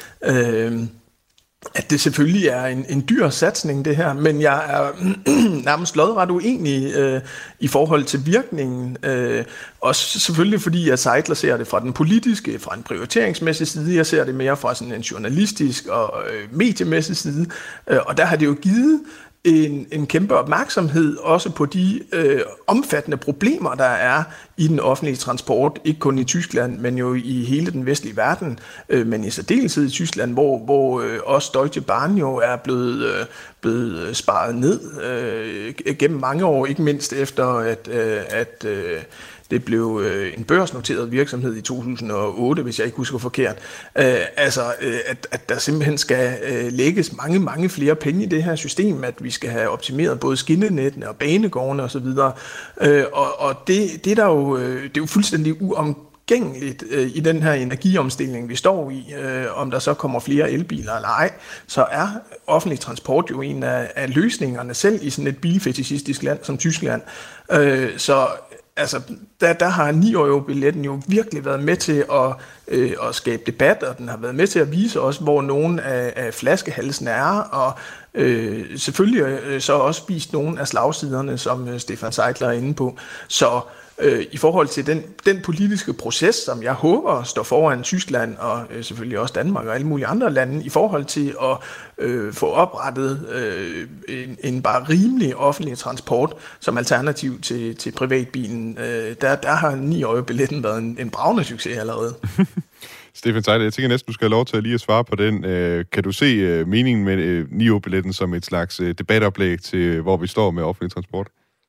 at det selvfølgelig er en dyr satsning, det her, men jeg er nærmest lodret uenig i forhold til virkningen. Også selvfølgelig fordi, at Seidler ser det fra den politiske, fra en prioriteringsmæssig side. Jeg ser det mere fra sådan en journalistisk og mediemæssig side. Og der har det jo givet en kæmpe opmærksomhed også på de omfattende problemer, der er i den offentlige transport, ikke kun i Tyskland, men jo i hele den vestlige verden, men i særdeleshed i Tyskland, hvor også Deutsche Bahn jo er blevet sparet ned gennem mange år, ikke mindst efter at det blev en børsnoteret virksomhed i 2008, hvis jeg ikke husker forkert. At der simpelthen skal lægges mange flere penge i det her system, at vi skal have optimeret både skinnenettene og banegårdene osv. Og det er jo fuldstændig uomgængeligt i den her energiomstilling, vi står i. Om der så kommer flere elbiler eller ej, så er offentlig transport jo en af løsningerne, selv i sådan et bilfetishistisk land som Tyskland. Altså, der har 9 euro-billetten jo virkelig været med til at skabe debat, og den har været med til at vise os, hvor nogle af flaskehalsene er, og selvfølgelig så også vist nogle af slagsiderne, som Stefan Seidler er inde på. Så i forhold til den politiske proces, som jeg håber står foran Tyskland og selvfølgelig også Danmark og alle mulige andre lande, i forhold til at få oprettet en bare rimelig offentlig transport som alternativ til privatbilen, der har 9 euro-billetten været en bragende succes allerede. Stefan Seidler, jeg tænker næsten, du skal have lov til at lige at svare på den. Kan du se meningen med 9 euro-billetten som et slags debatoplæg til, hvor vi står med offentlig transport?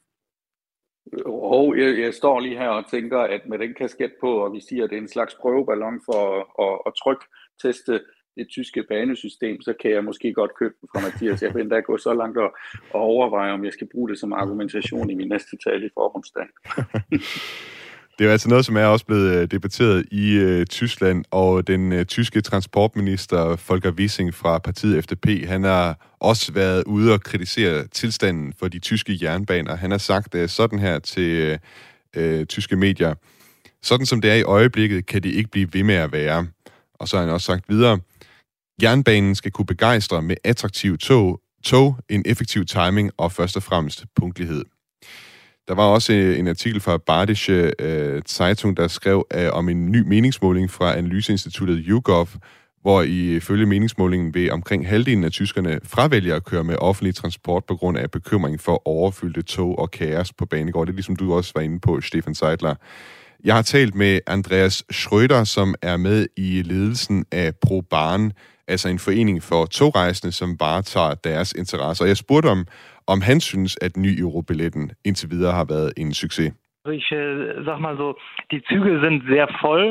Jeg står lige her og tænker, at med den kasket på, og vi siger, at det er en slags prøveballon for at trykteste det tyske banesystem, så kan jeg måske godt købe den fra Mathias. Jeg vil endda gå så langt og overveje, om jeg skal bruge det som argumentation i min næste tale i forbundsdag. Det er jo altså noget, som er også blevet debatteret i Tyskland, og den tyske transportminister Volker Wissing fra partiet FDP, han har også været ude og kritisere tilstanden for de tyske jernbaner. Han har sagt sådan her til tyske medier: sådan som det er i øjeblikket, kan det ikke blive ved med at være. Og så har han også sagt videre: jernbanen skal kunne begejstre med attraktive tog, en effektiv timing og først og fremmest punktlighed. Der var også en artikel fra Badische Zeitung, der skrev om en ny meningsmåling fra analyseinstituttet YouGov, hvor ifølge meningsmålingen vil omkring halvdelen af tyskerne fravælger at køre med offentlig transport på grund af bekymring for overfyldte tog og kaos på banegård. Det er ligesom du også var inde på, Stefan Seidler. Jeg har talt med Andreas Schröder, som er med i ledelsen af ProBahn, altså en forening for togrejsende, som bare tager deres interesser. Jeg spurgte om han synes, at 9 euro-billetten indtil videre har været en succes. Ich sag mal so, die Züge sind sehr voll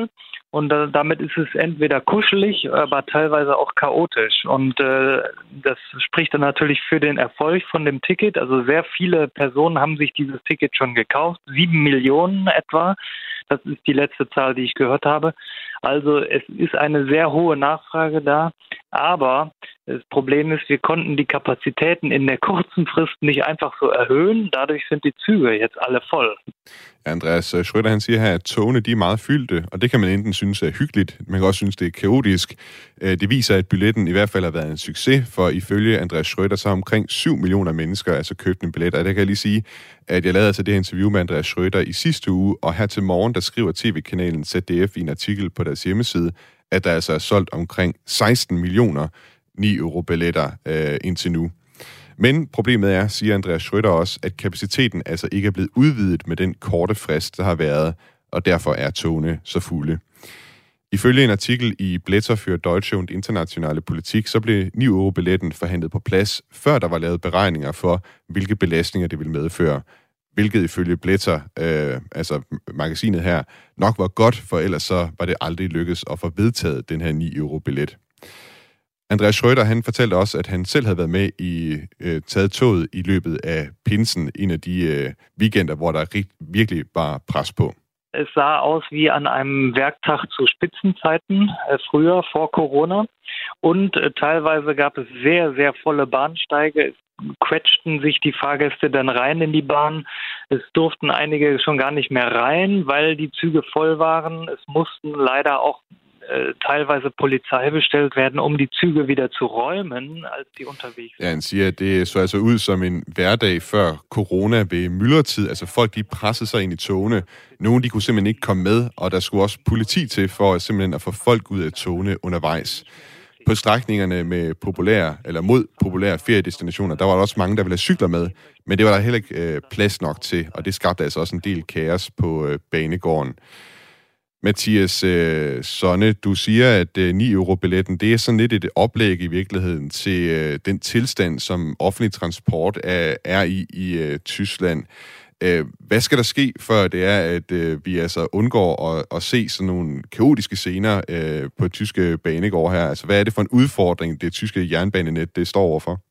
Und damit ist es entweder kuschelig, aber teilweise auch chaotisch. Und das spricht dann natürlich für den Erfolg von dem Ticket. Also sehr viele Personen haben sich dieses Ticket schon gekauft, 7 Millionen etwa. Das ist die letzte Zahl, die ich gehört habe. Also es ist eine sehr hohe Nachfrage da. Aber das Problem ist, wir konnten die Kapazitäten in der kurzen Frist nicht einfach så erhøhen. Dadurch sind die Züge jetzt alle voll. Andreas Schröder, han siger her, at togene de er meget fyldte, og det kan man enten synes er hyggeligt, man kan også synes, det er kaotisk. Det viser, at billetten i hvert fald har været en succes, for ifølge Andreas Schröder, så har omkring 7 millioner mennesker altså købt en billet. Og det kan jeg lige sige, at jeg lavede altså det her interview med Andreas Schröder i sidste uge, og her til morgen, der skriver tv-kanalen ZDF i en artikel på deres hjemmeside, at der altså er solgt omkring 16 millioner 9-euro-billetter indtil nu. Men problemet er, siger Andreas Schröder også, at kapaciteten altså ikke er blevet udvidet med den korte frist, der har været, og derfor er togene så fulde. Ifølge en artikel i Blätter für Deutsche und Internationale Politik, så blev 9-euro-billetten forhandlet på plads, før der var lavet beregninger for, hvilke belastninger det ville medføre. Hvilket ifølge Blätter, altså magasinet her, nok var godt, for ellers så var det aldrig lykkedes at få vedtaget den her 9-euro-billet. Andreas Schröder, han fortalte også, at han selv havde været med i taget toget i løbet af pinsen, en af de weekender, hvor der virkelig var pres på. Es sah aus wie an einem Werktag zu Spitzenzeiten, früher vor Corona. Und teilweise gab es sehr, sehr volle Bahnsteige. Es quetschten sich die Fahrgäste dann rein in die Bahn. Es durften einige schon gar nicht mehr rein, weil die Züge voll waren. Es mussten leider auch teilweise Polizei bestellt werden, um die Züge wieder zu räumen, als de unterwegs sind. Ja, han siger, at det så altså ud som en hverdag før corona ved myldretid. Altså folk, de pressede sig ind i togene. Nogle, de kunne simpelthen ikke komme med, og der skulle også politi til for simpelthen at få folk ud af togene undervejs. På strækningerne med mod populære feriedestinationer, der var der også mange, der ville have cykler med, men det var der heller ikke plads nok til, og det skabte altså også en del kaos på banegården. Mathias Sonne, du siger, at 9-euro-billetten, det er sådan lidt et oplæg i virkeligheden til den tilstand, som offentlig transport er i Tyskland. Hvad skal der ske, før det er, at vi altså undgår at se sådan nogle kaotiske scener på tyske banegård her? Altså, hvad er det for en udfordring, det tyske jernbanenet det står overfor?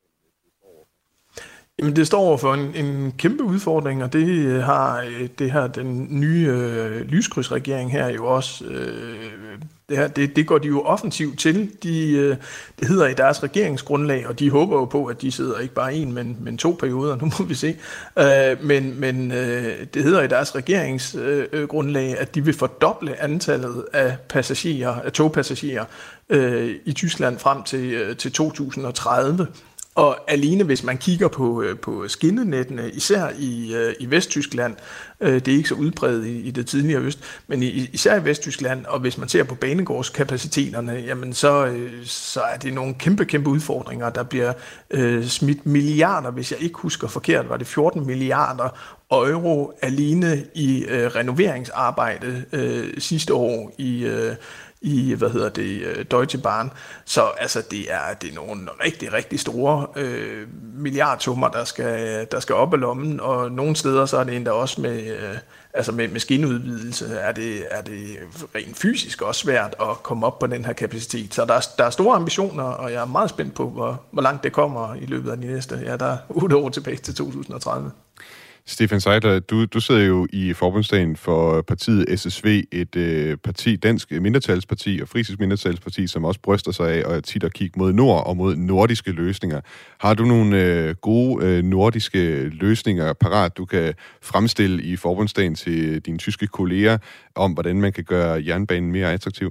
Jamen, det står over for en kæmpe udfordring, og det har den nye lyskrydsregering her jo også. Det går de jo offensivt til. Det hedder i deres regeringsgrundlag, og de håber jo på, at de sidder ikke bare en, men 2 perioder. Nu må vi se. Men det hedder i deres regeringsgrundlag, at de vil fordoble antallet af togpassagerer i Tyskland frem til 2030. Og alene hvis man kigger på skinnenettene, især i Vesttyskland, det er ikke så udbredt i det tidligere øst, men især i Vesttyskland, og hvis man ser på banegårdskapaciteterne, jamen så er det nogle kæmpe udfordringer. Der bliver smidt milliarder, hvis jeg ikke husker forkert, var det 14 milliarder euro alene i renoveringsarbejde sidste år i Deutsche Bahn. Så altså det er nogle rigtig store milliardsummer, der skal op af lommen, og nogle steder så er det endda også med skinneudvidelse er det rent fysisk også svært at komme op på den her kapacitet. Så der er store ambitioner, og jeg er meget spændt på, hvor langt det kommer i løbet af de næste. Ja, der er 8 år tilbage til 2030. Stefan Seidler, du sidder jo i forbundsdagen for partiet SSV, et parti, dansk mindretalsparti og frisisk mindretalsparti, som også bryster sig af at tit at kigge mod nord og mod nordiske løsninger. Har du nogle gode nordiske løsninger parat, du kan fremstille i forbundsdagen til dine tyske kolleger, om hvordan man kan gøre jernbanen mere attraktiv?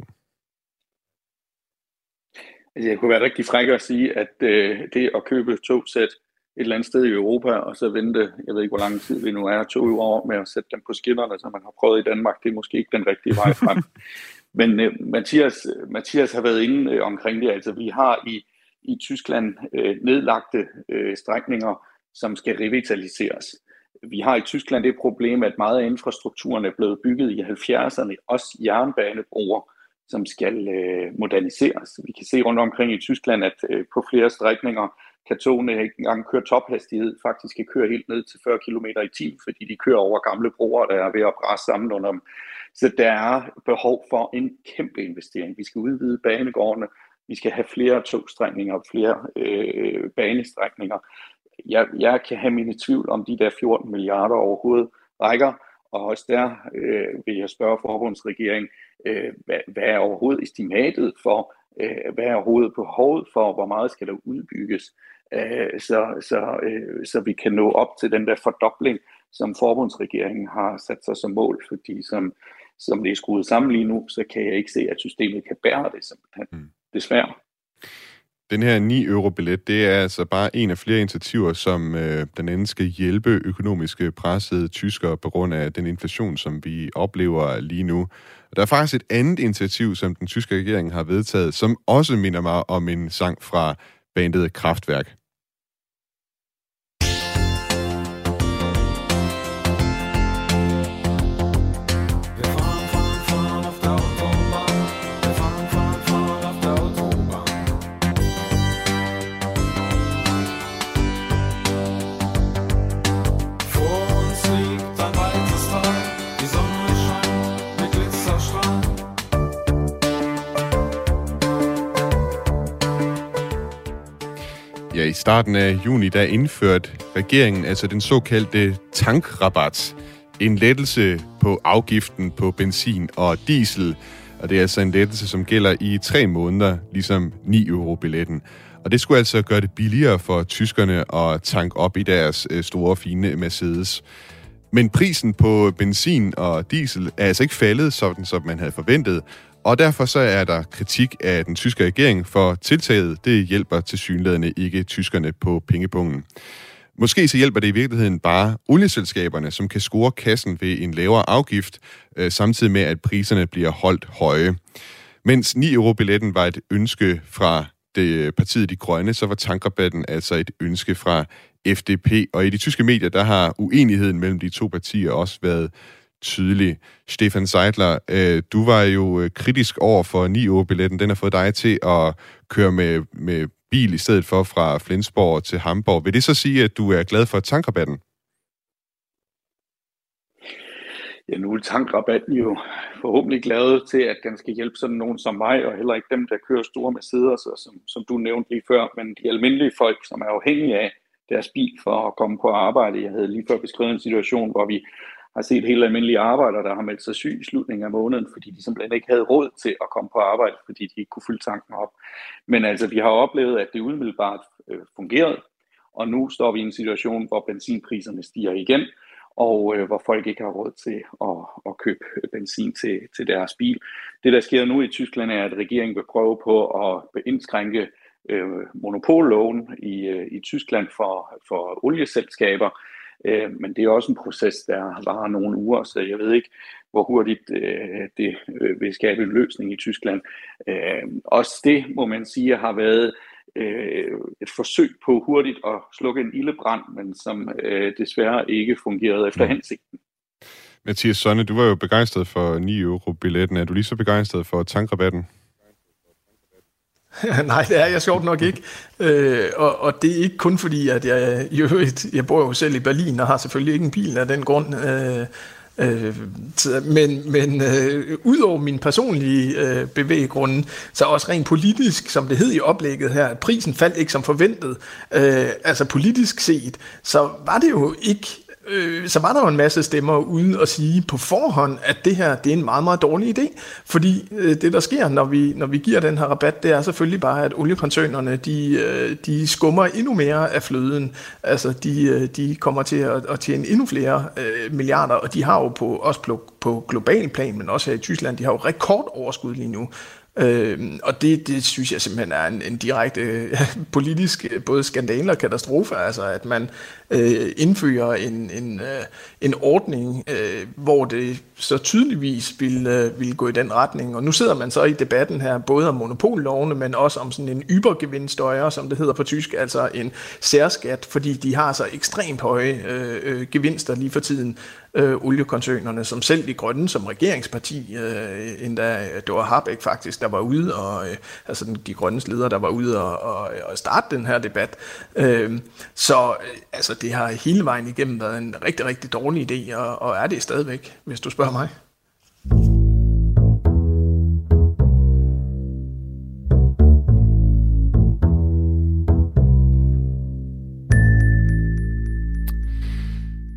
Jeg kunne være rigtig fræk at sige, at det at købe togsæt et eller andet sted i Europa, og så vente, jeg ved ikke, hvor lang tid vi nu er, 2 år med at sætte dem på skinnerne, som man har prøvet i Danmark. Det er måske ikke den rigtige vej frem. Men Mathias har været inde omkring det. Altså, vi har i Tyskland nedlagte strækninger, som skal revitaliseres. Vi har i Tyskland det problem, at meget af infrastrukturen er blevet bygget i 70'erne, også jernbanebroer, som skal moderniseres. Vi kan se rundt omkring i Tyskland, at på flere strækninger kan togene ikke engang køre tophastighed, faktisk kan køre helt ned til 40 km i timen, fordi de kører over gamle broer, der er ved at bræse sammen under dem. Så der er behov for en kæmpe investering. Vi skal udvide banegårdene, vi skal have flere togstrækninger, flere banestrækninger. Jeg kan have mine tvivl om de der 14 milliarder overhovedet rækker, og også der vil jeg spørge forbundsregeringen, hvad er overhovedet estimatet for, hvad er overhovedet behovet for, hvor meget skal der udbygges, så vi kan nå op til den der fordobling, som forbundsregeringen har sat sig som mål, fordi som det er skruet sammen lige nu, så kan jeg ikke se, at systemet kan bære det simpelthen. Desværre. Den her 9-euro-billet, det er altså bare en af flere initiativer, som den anden skal hjælpe økonomiske pressede tyskere på grund af den inflation, som vi oplever lige nu. Der er faktisk et andet initiativ, som den tyske regering har vedtaget, som også minder mig om en sang fra bandet Kraftwerk. Ja, i starten af juni, der indførte regeringen altså den såkaldte tankrabat. En lettelse på afgiften på benzin og diesel. Og det er altså en lettelse, som gælder i 3 måneder, ligesom 9-euro-billetten. Og det skulle altså gøre det billigere for tyskerne at tanke op i deres store, fine Mercedes. Men prisen på benzin og diesel er altså ikke faldet, sådan som man havde forventet. Og derfor så er der kritik af den tyske regering, for tiltaget det hjælper tilsyneladende ikke tyskerne på pengepungen. Måske så hjælper det i virkeligheden bare olieselskaberne, som kan score kassen ved en lavere afgift, samtidig med at priserne bliver holdt høje. Mens 9-euro-billetten var et ønske fra partiet De Grønne, så var tankrabatten altså et ønske fra FDP. Og i de tyske medier, der har uenigheden mellem de to partier også været tydelig. Stefan Seidler, du var jo kritisk over for 9-euro-billetten. Den har fået dig til at køre med bil i stedet for fra Flensborg til Hamburg. Vil det så sige, at du er glad for tankrabatten? Ja, nu er tankrabatten jo forhåbentlig glad til, at den skal hjælpe sådan nogen som mig, og heller ikke dem, der kører store Mercedes, som du nævnte lige før, men de almindelige folk, som er afhængige af deres bil for at komme på arbejde. Jeg havde lige før beskrevet en situation, hvor vi har set helt almindelige arbejdere, der har meldt sig syg i slutningen af måneden, fordi de simpelthen ikke havde råd til at komme på arbejde, fordi de ikke kunne fylde tanken op. Men altså, vi har oplevet, at det umiddelbart fungerede, og nu står vi i en situation, hvor benzinpriserne stiger igen, og hvor folk ikke har råd til at købe benzin til deres bil. Det, der sker nu i Tyskland, er, at regeringen vil prøve på at indskrænke monopolloven i Tyskland for olieselskaber. Men det er også en proces, der varer nogle uger, så jeg ved ikke, hvor hurtigt det vil skabe en løsning i Tyskland. Også det, må man sige, har været et forsøg på hurtigt at slukke en ildebrand, men som desværre ikke fungerede efter hensigten. Mathias Sonne, du var jo begejstret for 9-euro-billetten. Er du lige så begejstret for tankrabatten? Nej, det er jeg sjovt nok ikke. Og det er ikke kun fordi, at jeg bor jo selv i Berlin og har selvfølgelig ikke en bil af den grund. Men udover min personlige bevæggrunde, så også rent politisk, som det hed i oplægget her, at prisen faldt ikke som forventet. Altså politisk set, så var det jo ikke... Så var der jo en masse stemmer ude og sige på forhånd, at det her det er en meget, meget dårlig idé. Fordi det, der sker, når vi giver den her rabat, det er selvfølgelig bare, at oliekoncernerne, de skummer endnu mere af fløden. Altså, de kommer til at tjene endnu flere milliarder, og de har jo også på global plan, men også her i Tyskland, de har jo rekordoverskud lige nu. Og det synes jeg simpelthen er en direkte politisk både skandale og katastrofe, altså at man indfører en ordning, hvor det så tydeligvis vil gå i den retning. Og nu sidder man så i debatten her både om monopollovene, men også om sådan en Übergewinnsteuer, som det hedder på tysk, altså en særskat, fordi de har så ekstremt høje gevinster lige for tiden, oliekoncernerne, som selv De Grønne som regeringsparti, endda det var Habeck faktisk, der var ude, og altså De Grønnes leder, der var ude og starte den her debat. Så altså det har hele vejen igennem været en rigtig, rigtig dårlig idé, og er det stadigvæk, hvis du spørger mig.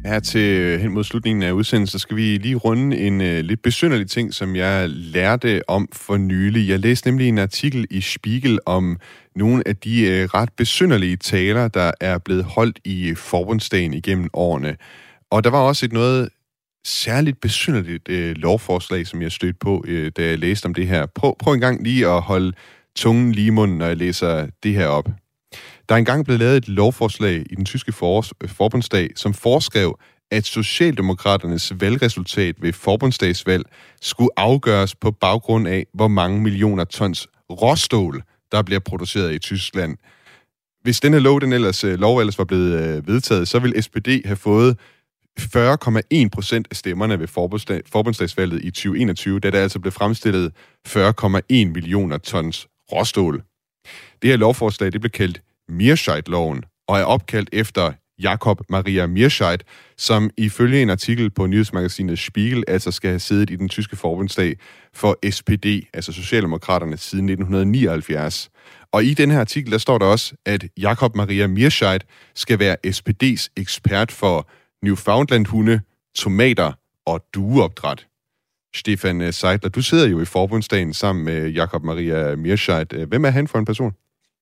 Her til hen mod slutningen af udsendelsen, så skal vi lige runde en lidt besynderlig ting, som jeg lærte om for nylig. Jeg læste nemlig en artikel i Spiegel om nogle af de ret besynderlige taler, der er blevet holdt i forbundsdagen igennem årene. Og der var også et noget særligt besynderligt lovforslag, som jeg stødte på, da jeg læste om det her. Prøv en gang lige at holde tungen lige i munden, når jeg læser det her op. Der er engang blevet lavet et lovforslag i den tyske forbundsdag, som foreskrev, at Socialdemokraternes valgresultat ved forbundsdagsvalg skulle afgøres på baggrund af, hvor mange millioner tons råstål, der bliver produceret i Tyskland. Hvis denne lov ellers var blevet vedtaget, så ville SPD have fået 40,1% af stemmerne ved forbundsdagsvalget i 2021, da der altså blev fremstillet 40,1 millioner tons råstål. Det her lovforslag, det blev kaldt Meerscheid-loven, og er opkaldt efter Jakob Maria Meerscheid, som ifølge en artikel på nyhedsmagasinet Spiegel altså skal have siddet i den tyske forbundsdag for SPD, altså Socialdemokraterne, siden 1979. Og i den her artikel, der står der også, at Jakob Maria Meerscheid skal være SPD's ekspert for Newfoundland-hunde, tomater og dueopdræt. Stefan Seidler, du sidder jo i forbundsdagen sammen med Jakob Maria Meerscheid. Hvem er han for en person?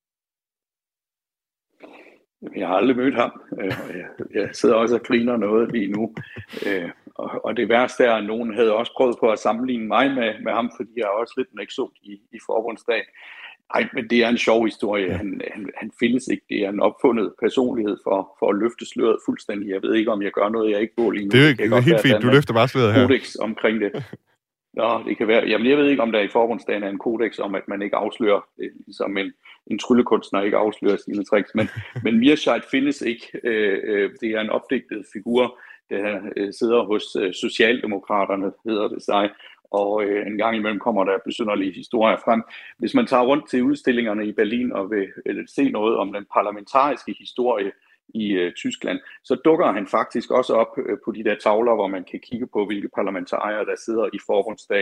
Jeg har aldrig mødt ham. Jeg sidder også og griner noget lige nu. Og det værste er, at nogen havde også prøvet på at sammenligne mig med ham, fordi jeg er også lidt en eksot i forbundsdagen. Nej, men det er en sjov historie. Han findes ikke. Det er en opfundet personlighed for at løfte sløret fuldstændig. Jeg ved ikke, om jeg gør noget, jeg ikke går lige nu. Det er helt fint. Du løfter bare sløret her. Kodex omkring det. Nå, det kan være. Jamen, jeg ved ikke, om der i forbundsdagen er en kodex om, at man ikke afslører, ligesom en tryllekunstner ikke afslører sine tricks. Men Meerscheid findes ikke. Det er en opdigtet figur, der sidder hos Socialdemokraterne, hedder det sig. Og en gang imellem kommer der besynderlige historier frem. Hvis man tager rundt til udstillingerne i Berlin og vil se noget om den parlamentariske historie i Tyskland, så dukker han faktisk også op på de der tavler, hvor man kan kigge på, hvilke parlamentarier, der sidder i forbundsdag.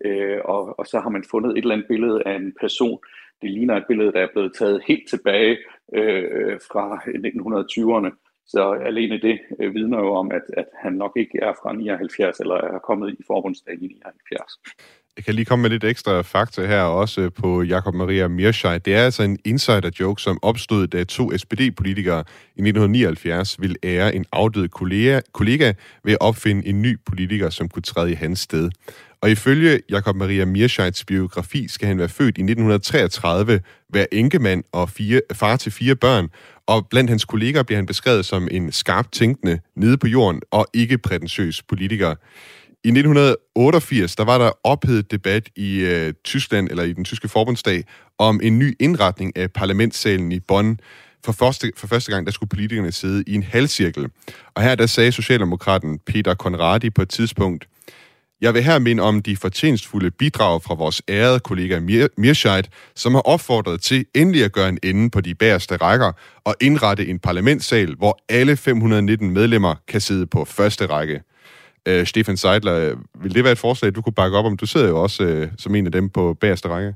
Og så har man fundet et eller andet billede af en person. Det ligner et billede, der er blevet taget helt tilbage fra 1920'erne. Så alene det vidner jo om, at han nok ikke er fra 79, eller er kommet i forbundsdagen i 79. Jeg kan lige komme med lidt ekstra fakta her også på Jakob Maria Meerscheid. Det er altså en insider-joke, som opstod, da 2 SPD-politikere i 1979 ville ære en afdød kollega ved at opfinde en ny politiker, som kunne træde i hans sted. Og ifølge Jakob Maria Meerscheids biografi skal han være født i 1933, være enkemand og far til 4 børn, og blandt hans kolleger bliver han beskrevet som en skarpt tænkende, nede på jorden og ikke prætentiøs politiker. I 1988, der var der ophedet debat i Tyskland, eller i den tyske forbundsdag, om en ny indretning af parlamentssalen i Bonn. For første gang, der skulle politikerne sidde i en halvcirkel. Og her, der sagde socialdemokraten Peter Conradi på et tidspunkt: "Jeg vil her minde om de fortjenstfulde bidrag fra vores ærede kollega Meerscheid, som har opfordret til endelig at gøre en ende på de bagerste rækker og indrette en parlamentssal, hvor alle 519 medlemmer kan sidde på første række." Stefan Seidler, vil det være et forslag, du kunne bakke op om? Du sidder jo også som en af dem på bagerste række.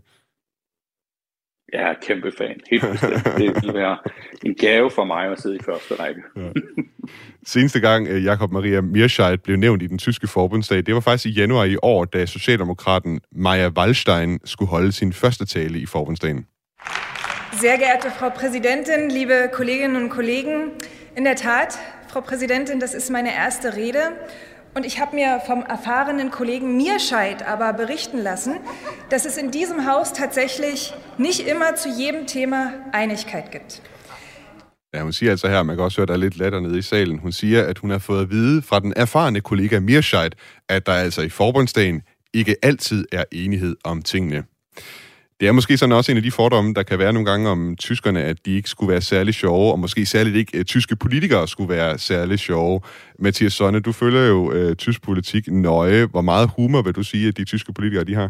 Jeg er kæmpe fan. Helt bestemt. Det vil være en gave for mig at sidde i første række. Ja. Seneste gang Jakob Maria Meerscheid blev nævnt i den tyske forbundsdag, det var faktisk i januar i år, da socialdemokraten Maja Wallstein skulle holde sin første tale i forbundsdagen. Sehr geehrte Frau Präsidentin, liebe Kolleginnen und Kollegen, in der Tat, Frau Präsidentin, das ist meine erste Rede. Und ich habe mir vom erfahrenen Kollegen Meerscheid aber berichten lassen, dass es in diesem Haus tatsächlich nicht immer zu jedem Thema Einigkeit gibt. Ja, hun siger altså her, man kan også høre, der er lidt latter nede i salen. Hun siger, at hun har fået at vide fra den erfarne kollega Meerscheid, at der altså i forbundsdagen ikke altid er enighed om tingene. Det er måske sådan også en af de fordomme, der kan være nogle gange om tyskerne, at de ikke skulle være særlig sjove, og måske særligt ikke tyske politikere skulle være særlig sjove. Mathias Sonne, du følger jo tysk politik nøje. Hvor meget humor vil du sige, at de tyske politikere de har?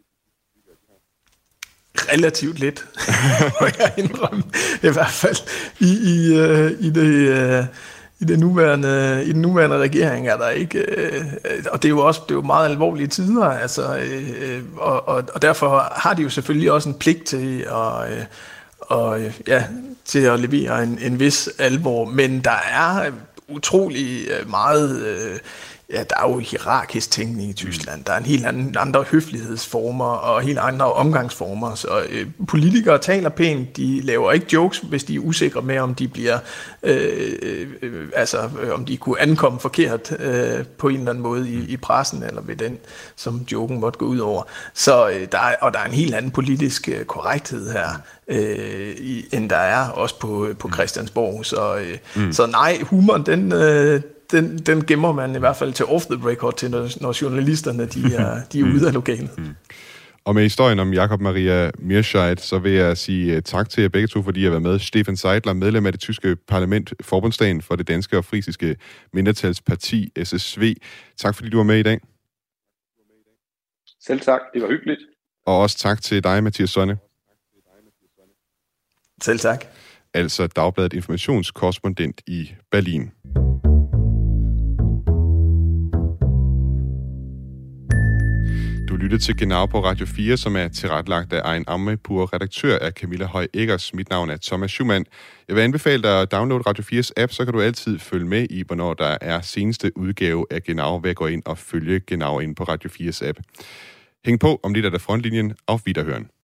Relativt lidt, må jeg indrømme. I hvert fald i den nuværende regering er der ikke, og det er jo meget alvorlige tider, altså, og derfor har de jo selvfølgelig også en pligt til til at levere en vis alvor, men der er utrolig meget... Ja, der er jo hierarkisk tænkning i Tyskland. Der er en helt andre høflighedsformer og helt andre omgangsformer. Så politikere taler pænt. De laver ikke jokes, hvis de er usikre med, om de bliver, om de kunne ankomme forkert på en eller anden måde i pressen, eller ved den, som joken måtte gå ud over. Så der er en helt anden politisk korrekthed her, end der er også på Christiansborg. Så nej, humoren, den gemmer man i hvert fald til off the record, til når journalisterne de er ude af lokalet. Og med historien om Jakob Maria Mirscheid, så vil jeg sige tak til jer begge to, fordi I har været med. Stefan Seidler, medlem af det tyske parlament, forbundsdagen for det danske og frisiske mindretalsparti SSV. Tak fordi du var med i dag. Selv tak, det var hyggeligt. Og også tak til dig, Mathias Sonne. Selv tak. Altså Dagbladet informationskorrespondent i Berlin. Du lytter til Genau på Radio 4, som er tilrettelagt af Ejn Ammepur. Redaktør er Camilla Høj Eggers. Mit navn er Thomas Schumann. Jeg vil anbefale dig at downloade Radio 4's app, så kan du altid følge med i, hvornår der er seneste udgave af Genau, ved at gå ind og følge Genau ind på Radio 4's app. Hæng på, om lidt er der Frontlinjen. Auf Wiederhören.